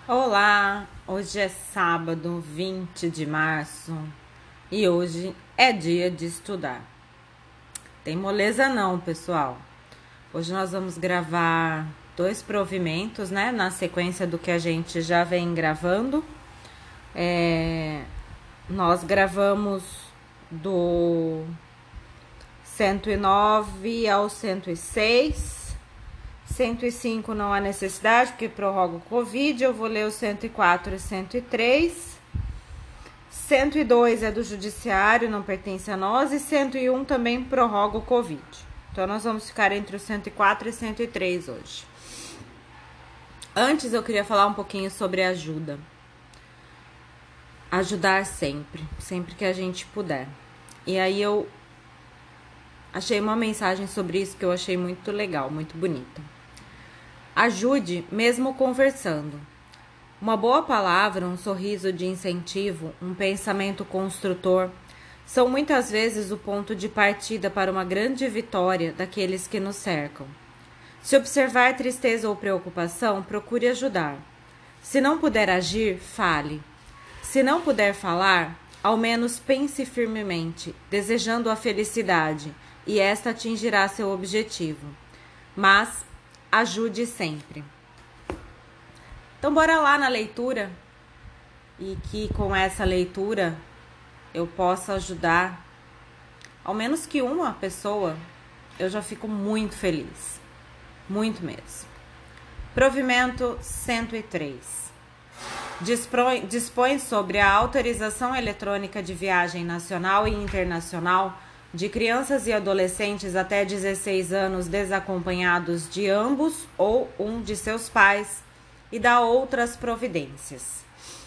Olá, hoje é sábado, 20 de março e hoje é dia de estudar. Tem moleza não, pessoal. Hoje nós vamos gravar 2 provimentos, né? Na sequência do que a gente já vem gravando. Nós gravamos do 109 ao 106. 105 não há necessidade, porque prorroga o Covid. Eu vou ler o 104 e 103. 102 é do Judiciário, não pertence a nós. E 101 também prorroga o Covid. Então, nós vamos ficar entre o 104 e 103 hoje. Antes, eu queria falar um pouquinho sobre ajuda. Ajudar sempre, sempre que a gente puder. E aí, eu achei uma mensagem sobre isso que eu achei muito legal, muito bonita. Ajude mesmo conversando. Uma boa palavra, um sorriso de incentivo, um pensamento construtor são muitas vezes o ponto de partida para uma grande vitória daqueles que nos cercam. Se observar tristeza ou preocupação, procure ajudar. Se não puder agir, fale. Se não puder falar, ao menos pense firmemente, desejando a felicidade, e esta atingirá seu objetivo. Mas ajude sempre. Então, bora lá na leitura e que com essa leitura eu possa ajudar ao menos que uma pessoa. Eu já fico muito feliz, muito mesmo. Provimento 103. Dispõe sobre a autorização eletrônica de viagem nacional e internacional de crianças e adolescentes até 16 anos desacompanhados de ambos ou um de seus pais e dá outras providências.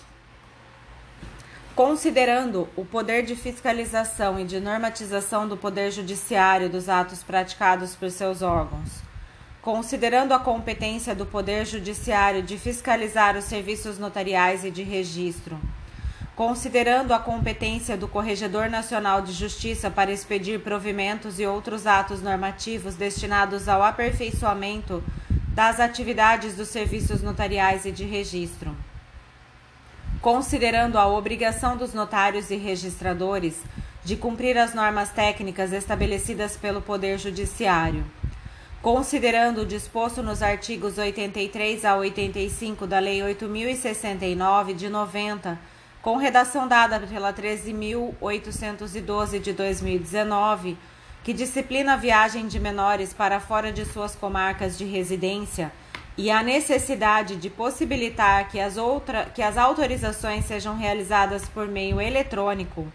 Considerando o poder de fiscalização e de normatização do Poder Judiciário dos atos praticados por seus órgãos, considerando a competência do Poder Judiciário de fiscalizar os serviços notariais e de registro, considerando a competência do Corregedor Nacional de Justiça para expedir provimentos e outros atos normativos destinados ao aperfeiçoamento das atividades dos serviços notariais e de registro, considerando a obrigação dos notários e registradores de cumprir as normas técnicas estabelecidas pelo Poder Judiciário, considerando o disposto nos artigos 83 a 85 da Lei 8.069 de 90, com redação dada pela 13.812 de 2019, que disciplina a viagem de menores para fora de suas comarcas de residência e a necessidade de possibilitar que as autorizações sejam realizadas por meio eletrônico,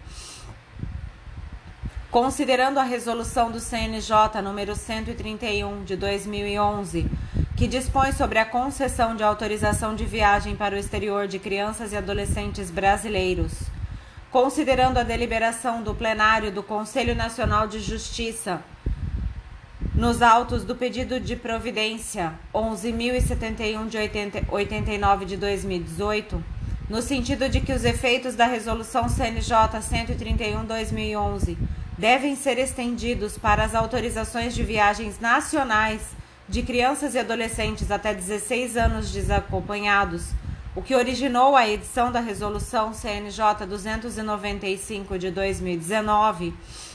considerando a resolução do CNJ número 131 de 2011, que dispõe sobre a concessão de autorização de viagem para o exterior de crianças e adolescentes brasileiros, considerando a deliberação do plenário do Conselho Nacional de Justiça nos autos do pedido de providência 11.071 de 89 de 2018, no sentido de que os efeitos da resolução CNJ 131/2011 devem ser estendidos para as autorizações de viagens nacionais de crianças e adolescentes até 16 anos desacompanhados, o que originou a edição da resolução CNJ 295 de 2019,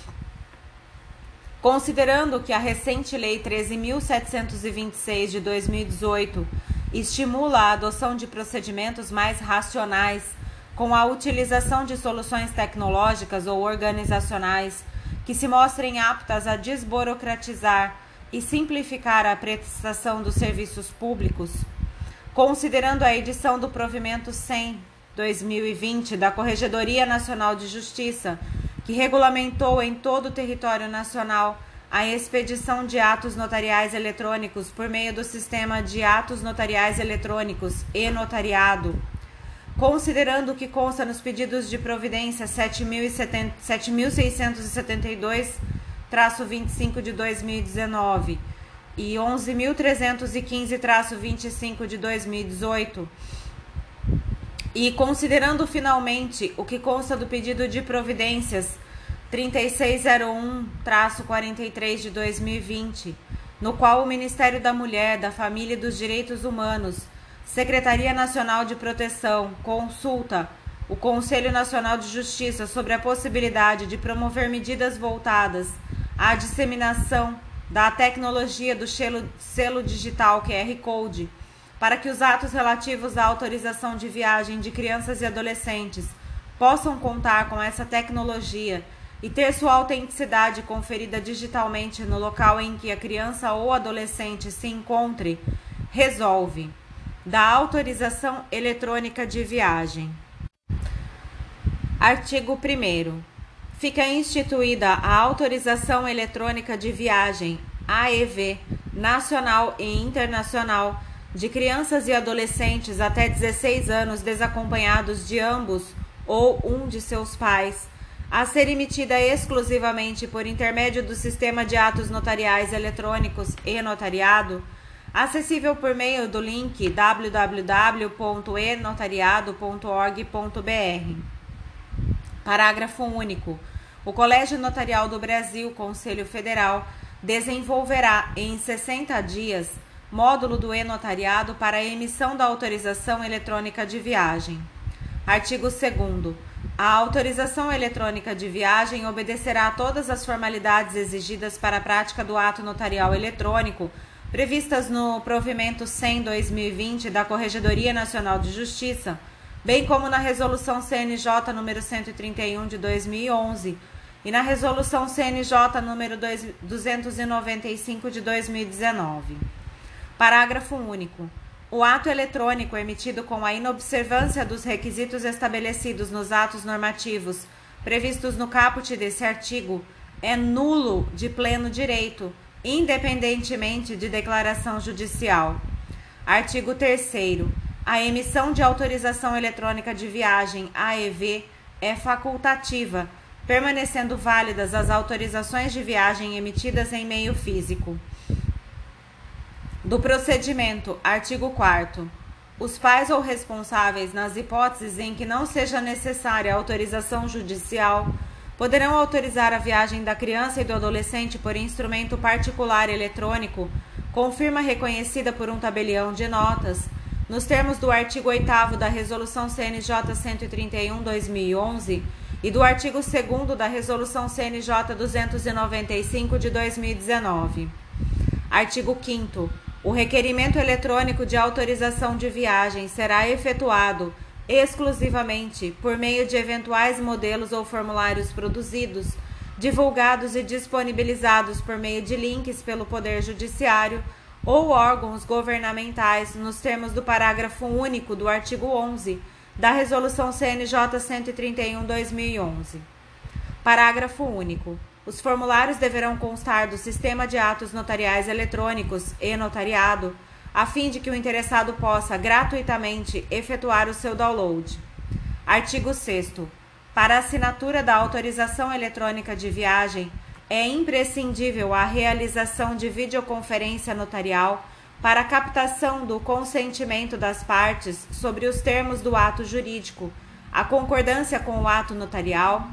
considerando que a recente Lei 13.726 de 2018 estimula a adoção de procedimentos mais racionais com a utilização de soluções tecnológicas ou organizacionais que se mostrem aptas a desburocratizar e simplificar a prestação dos serviços públicos, considerando a edição do provimento 100/2020 da Corregedoria Nacional de Justiça, que regulamentou em todo o território nacional a expedição de atos notariais eletrônicos por meio do sistema de atos notariais eletrônicos e-notariado, considerando o que consta nos pedidos de providência 7.672-25 de 2019 e 11.315-25 de 2018, e considerando finalmente o que consta do pedido de providências 3601-43 de 2020, no qual o Ministério da Mulher, da Família e dos Direitos Humanos Secretaria Nacional de Proteção consulta o Conselho Nacional de Justiça sobre a possibilidade de promover medidas voltadas à disseminação da tecnologia do selo digital QR Code, para que os atos relativos à autorização de viagem de crianças e adolescentes possam contar com essa tecnologia e ter sua autenticidade conferida digitalmente no local em que a criança ou adolescente se encontre, resolve da autorização eletrônica de viagem. Artigo 1º. Fica instituída a Autorização Eletrônica de Viagem, AEV, nacional e internacional, de crianças e adolescentes até 16 anos desacompanhados de ambos ou um de seus pais, a ser emitida exclusivamente por intermédio do Sistema de Atos Notariais Eletrônicos e-Notariado, acessível por meio do link www.enotariado.org.br. Parágrafo único. O Colégio Notarial do Brasil, Conselho Federal, desenvolverá em 60 dias módulo do e-notariado para a emissão da autorização eletrônica de viagem. Artigo 2º. A autorização eletrônica de viagem obedecerá a todas as formalidades exigidas para a prática do ato notarial eletrônico previstas no provimento 100/2020 da Corregedoria Nacional de Justiça, bem como na Resolução CNJ nº 131 de 2011 e na Resolução CNJ nº 295 de 2019. Parágrafo único. O ato eletrônico emitido com a inobservância dos requisitos estabelecidos nos atos normativos previstos no caput desse artigo é nulo de pleno direito, independentemente de declaração judicial. Artigo 3º. A emissão de autorização eletrônica de viagem, AEV, é facultativa, permanecendo válidas as autorizações de viagem emitidas em meio físico. Do procedimento, artigo 4º. Os pais ou responsáveis, nas hipóteses em que não seja necessária a autorização judicial, poderão autorizar a viagem da criança e do adolescente por instrumento particular eletrônico, com firma reconhecida por um tabelião de notas, nos termos do artigo 8º da Resolução CNJ 131/2011 e do artigo 2º da Resolução CNJ 295 de 2019. Artigo 5º. O requerimento eletrônico de autorização de viagem será efetuado exclusivamente por meio de eventuais modelos ou formulários produzidos, divulgados e disponibilizados por meio de links pelo Poder Judiciário ou órgãos governamentais nos termos do parágrafo único do artigo 11 da Resolução CNJ 131/2011. Parágrafo único. Os formulários deverão constar do Sistema de Atos Notariais Eletrônicos e-Notariado, a fim de que o interessado possa gratuitamente efetuar o seu download. Artigo 6º. Para a assinatura da autorização eletrônica de viagem, é imprescindível a realização de videoconferência notarial para a captação do consentimento das partes sobre os termos do ato jurídico, a concordância com o ato notarial,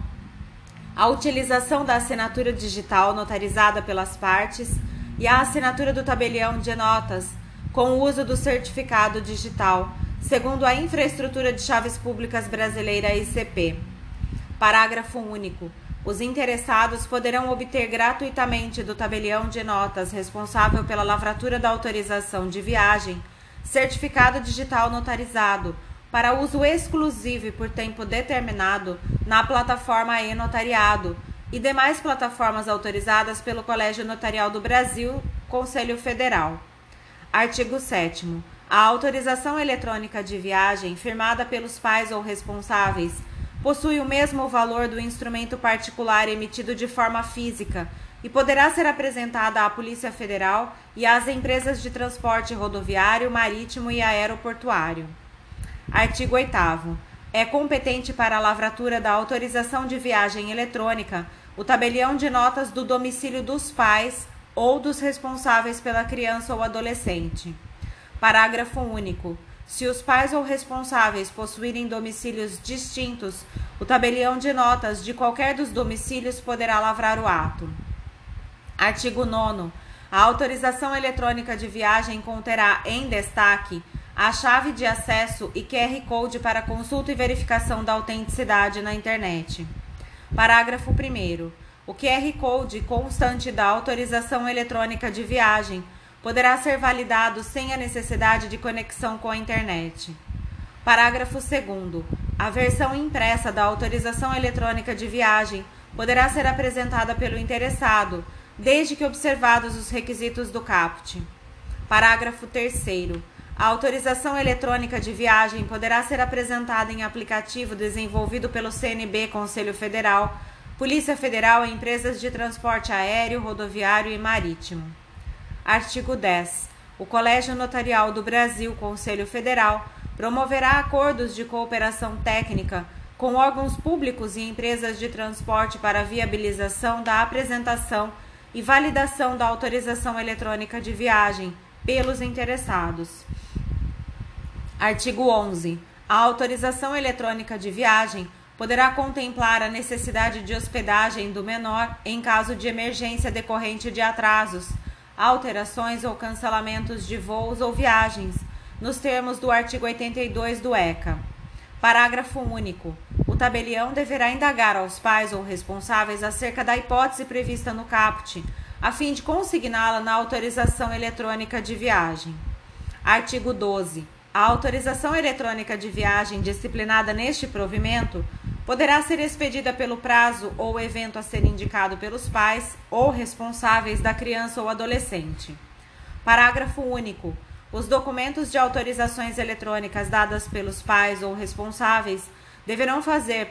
a utilização da assinatura digital notarizada pelas partes e a assinatura do tabelião de notas com o uso do certificado digital, segundo a Infraestrutura de Chaves Públicas Brasileira ICP. Parágrafo único. Os interessados poderão obter gratuitamente do tabelião de notas responsável pela lavratura da autorização de viagem certificado digital notarizado para uso exclusivo e por tempo determinado na plataforma e-Notariado e demais plataformas autorizadas pelo Colégio Notarial do Brasil, Conselho Federal. Artigo 7º. A autorização eletrônica de viagem firmada pelos pais ou responsáveis possui o mesmo valor do instrumento particular emitido de forma física e poderá ser apresentada à Polícia Federal e às empresas de transporte rodoviário, marítimo e aeroportuário. Artigo 8º. É competente para a lavratura da autorização de viagem eletrônica o tabelião de notas do domicílio dos pais ou dos responsáveis pela criança ou adolescente. Parágrafo único. Se os pais ou responsáveis possuírem domicílios distintos, o tabelião de notas de qualquer dos domicílios poderá lavrar o ato. Artigo 9º. A autorização eletrônica de viagem conterá, em destaque, a chave de acesso e QR Code para consulta e verificação da autenticidade na internet. Parágrafo 1º. O QR Code constante da autorização eletrônica de viagem poderá ser validado sem a necessidade de conexão com a internet. Parágrafo 2º. A versão impressa da autorização eletrônica de viagem poderá ser apresentada pelo interessado, desde que observados os requisitos do CAPT. Parágrafo 3º. A autorização eletrônica de viagem poderá ser apresentada em aplicativo desenvolvido pelo CNB, Conselho Federal, Polícia Federal e empresas de transporte aéreo, rodoviário e marítimo. Artigo 10. O Colégio Notarial do Brasil, Conselho Federal, promoverá acordos de cooperação técnica com órgãos públicos e empresas de transporte para a viabilização da apresentação e validação da autorização eletrônica de viagem pelos interessados. Artigo 11. A autorização eletrônica de viagem poderá contemplar a necessidade de hospedagem do menor em caso de emergência decorrente de atrasos, alterações ou cancelamentos de voos ou viagens, nos termos do artigo 82 do ECA. Parágrafo único. O tabelião deverá indagar aos pais ou responsáveis acerca da hipótese prevista no CAPT, a fim de consigná-la na autorização eletrônica de viagem. Artigo 12. A autorização eletrônica de viagem disciplinada neste provimento poderá ser expedida pelo prazo ou evento a ser indicado pelos pais ou responsáveis da criança ou adolescente. Parágrafo único. Os documentos de autorizações eletrônicas dadas pelos pais ou responsáveis deverão fazer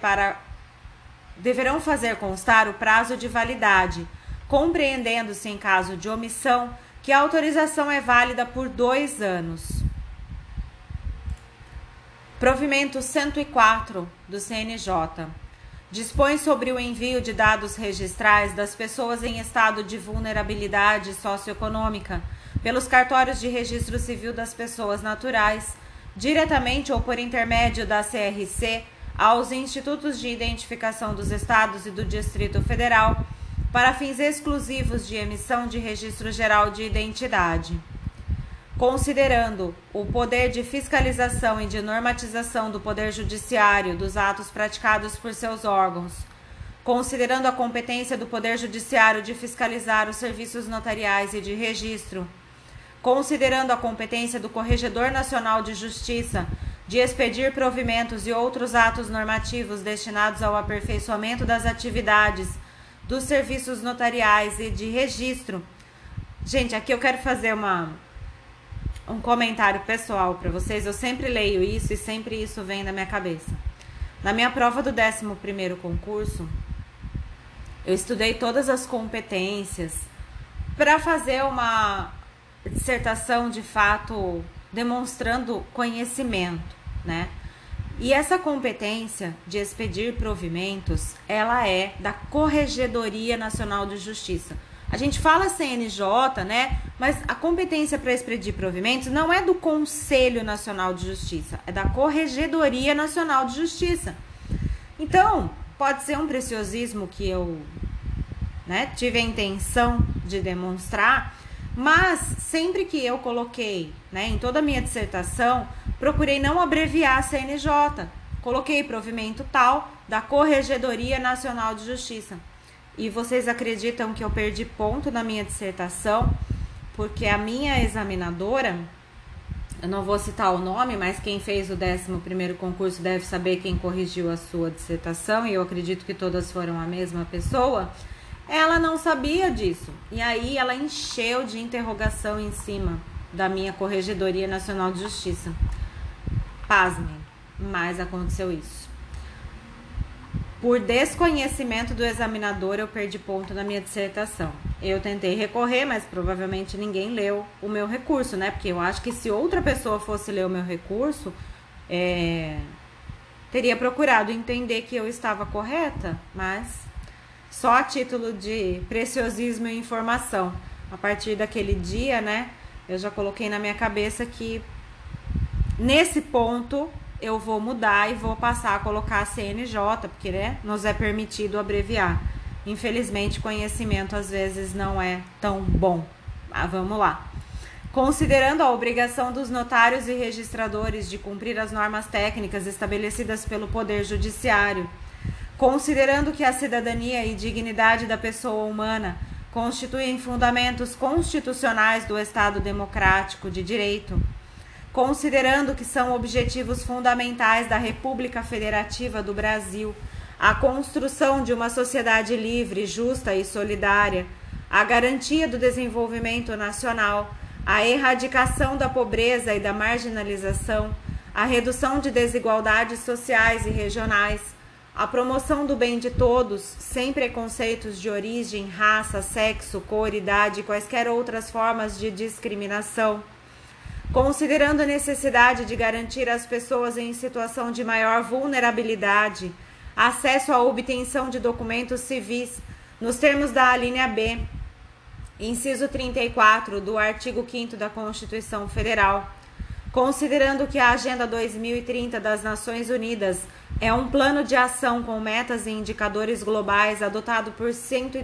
constar o prazo de validade, compreendendo-se, em caso de omissão, que a autorização é válida por 2 anos. Provimento 104 do CNJ. Dispõe sobre o envio de dados registrais das pessoas em estado de vulnerabilidade socioeconômica pelos cartórios de registro civil das pessoas naturais, diretamente ou por intermédio da CRC, aos institutos de identificação dos estados e do Distrito Federal, para fins exclusivos de emissão de registro geral de identidade. Considerando o poder de fiscalização e de normatização do Poder Judiciário dos atos praticados por seus órgãos, considerando a competência do Poder Judiciário de fiscalizar os serviços notariais e de registro, considerando a competência do Corregedor Nacional de Justiça de expedir provimentos e outros atos normativos destinados ao aperfeiçoamento das atividades dos serviços notariais e de registro. Gente, aqui eu quero fazer um comentário pessoal para vocês. Eu sempre leio isso e sempre isso vem na minha cabeça. Na minha prova do 11º concurso, eu estudei todas as competências para fazer uma dissertação de fato demonstrando conhecimento, né? E essa competência de expedir provimentos, ela é da Corregedoria Nacional de Justiça. A gente fala CNJ, né? Mas a competência para expedir provimentos não é do Conselho Nacional de Justiça, é da Corregedoria Nacional de Justiça. Então, pode ser um preciosismo que eu, tive a intenção de demonstrar, mas sempre que eu coloquei, em toda a minha dissertação, procurei não abreviar a CNJ. Coloquei provimento tal da Corregedoria Nacional de Justiça. E vocês acreditam que eu perdi ponto na minha dissertação, porque a minha examinadora, eu não vou citar o nome, mas quem fez o 11º concurso deve saber quem corrigiu a sua dissertação, e eu acredito que todas foram a mesma pessoa, ela não sabia disso. E aí ela encheu de interrogação em cima da minha Corregedoria Nacional de Justiça. Pasmem, mas aconteceu isso. Por desconhecimento do examinador, eu perdi ponto na minha dissertação. Eu tentei recorrer, mas provavelmente ninguém leu o meu recurso, Porque eu acho que se outra pessoa fosse ler o meu recurso, teria procurado entender que eu estava correta, mas só a título de preciosismo e informação. A partir daquele dia, eu já coloquei na minha cabeça que nesse ponto eu vou mudar e vou passar a colocar a CNJ, porque, nos é permitido abreviar. Infelizmente, conhecimento às vezes não é tão bom. Mas vamos lá. considerando a obrigação dos notários e registradores de cumprir as normas técnicas estabelecidas pelo Poder Judiciário, considerando que a cidadania e dignidade da pessoa humana constituem fundamentos constitucionais do Estado democrático de direito, considerando que são objetivos fundamentais da República Federativa do Brasil a construção de uma sociedade livre, justa e solidária, a garantia do desenvolvimento nacional, a erradicação da pobreza e da marginalização, a redução de desigualdades sociais e regionais, a promoção do bem de todos, sem preconceitos de origem, raça, sexo, cor, idade e quaisquer outras formas de discriminação, considerando a necessidade de garantir às pessoas em situação de maior vulnerabilidade acesso à obtenção de documentos civis nos termos da alínea B, inciso 34 do artigo 5º da Constituição Federal, considerando que a Agenda 2030 das Nações Unidas é um plano de ação com metas e indicadores globais adotado por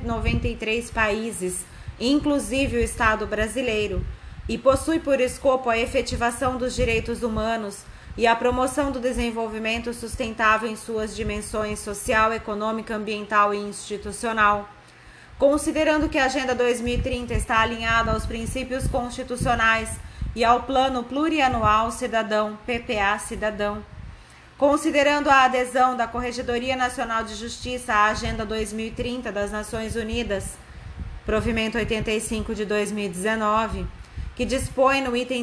193 países, inclusive o Estado brasileiro, e possui por escopo a efetivação dos direitos humanos e a promoção do desenvolvimento sustentável em suas dimensões social, econômica, ambiental e institucional. Considerando que a Agenda 2030 está alinhada aos princípios constitucionais e ao Plano Plurianual Cidadão, PPA Cidadão. Considerando a adesão da Corregedoria Nacional de Justiça à Agenda 2030 das Nações Unidas, provimento 85 de 2019, que dispõe no item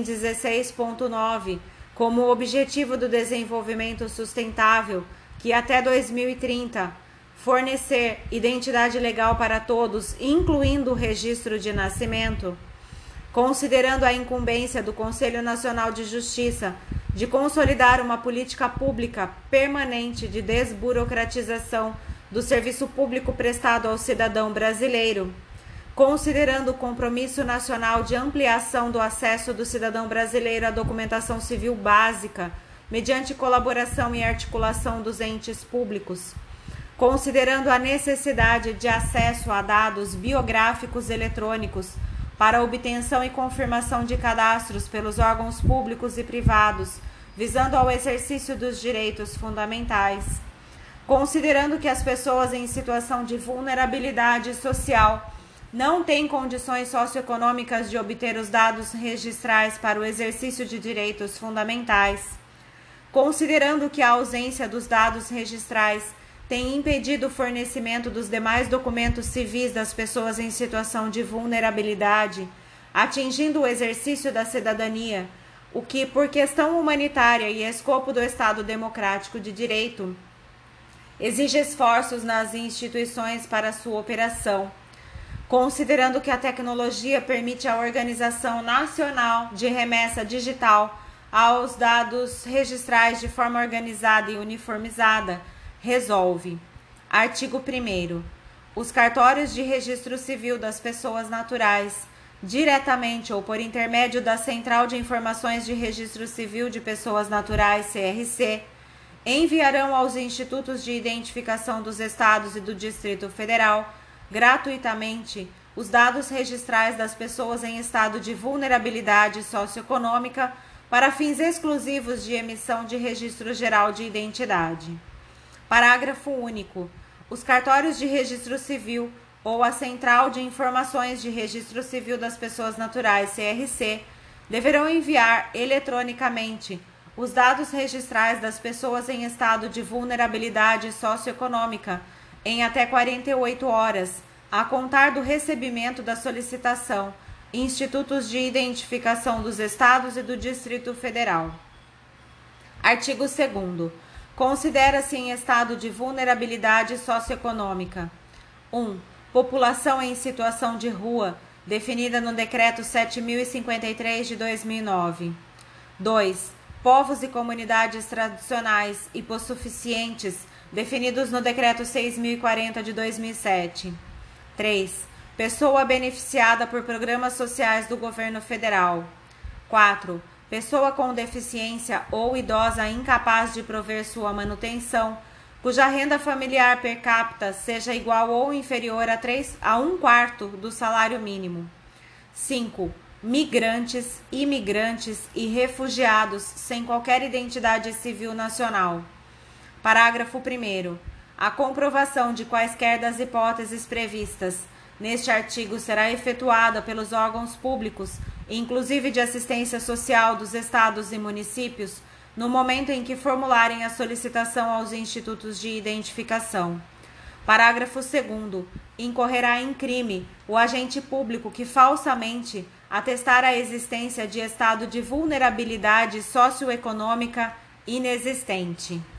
16.9 como objetivo do desenvolvimento sustentável que até 2030 fornecer identidade legal para todos, incluindo o registro de nascimento, considerando a incumbência do Conselho Nacional de Justiça de consolidar uma política pública permanente de desburocratização do serviço público prestado ao cidadão brasileiro, considerando o compromisso nacional de ampliação do acesso do cidadão brasileiro à documentação civil básica, mediante colaboração e articulação dos entes públicos, considerando a necessidade de acesso a dados biográficos eletrônicos para obtenção e confirmação de cadastros pelos órgãos públicos e privados, visando ao exercício dos direitos fundamentais, considerando que as pessoas em situação de vulnerabilidade social não têm condições socioeconômicas de obter os dados registrais para o exercício de direitos fundamentais, considerando que a ausência dos dados registrais tem impedido o fornecimento dos demais documentos civis das pessoas em situação de vulnerabilidade, atingindo o exercício da cidadania, o que, por questão humanitária e escopo do Estado democrático de direito, exige esforços nas instituições para sua operação, considerando que a tecnologia permite a organização nacional de remessa digital aos dados registrais de forma organizada e uniformizada, resolve. Artigo 1º. Os cartórios de registro civil das pessoas naturais, diretamente ou por intermédio da Central de Informações de Registro Civil de Pessoas Naturais, CRC, enviarão aos Institutos de Identificação dos Estados e do Distrito Federal, gratuitamente, os dados registrais das pessoas em estado de vulnerabilidade socioeconômica para fins exclusivos de emissão de registro geral de identidade. Parágrafo único. Os cartórios de registro civil ou a Central de Informações de Registro Civil das Pessoas Naturais, CRC, deverão enviar eletronicamente os dados registrais das pessoas em estado de vulnerabilidade socioeconômica em até 48 horas, a contar do recebimento da solicitação, Institutos de Identificação dos Estados e do Distrito Federal. Artigo 2º. Considera-se em estado de vulnerabilidade socioeconômica: 1. População em situação de rua, definida no Decreto 7.053 de 2009. 2. Povos e comunidades tradicionais hipossuficientes, definidos no Decreto 6.040 de 2007. 3. Pessoa beneficiada por programas sociais do governo federal. 4. Pessoa com deficiência ou idosa incapaz de prover sua manutenção, cuja renda familiar per capita seja igual ou inferior a 1/4 do salário mínimo. 5. migrantes, imigrantes e refugiados sem qualquer identidade civil nacional. Parágrafo 1º. A comprovação de quaisquer das hipóteses previstas neste artigo será efetuada pelos órgãos públicos, inclusive de assistência social dos estados e municípios, no momento em que formularem a solicitação aos institutos de identificação. Parágrafo 2º. Incorrerá em crime o agente público que falsamente atestar a existência de estado de vulnerabilidade socioeconômica inexistente.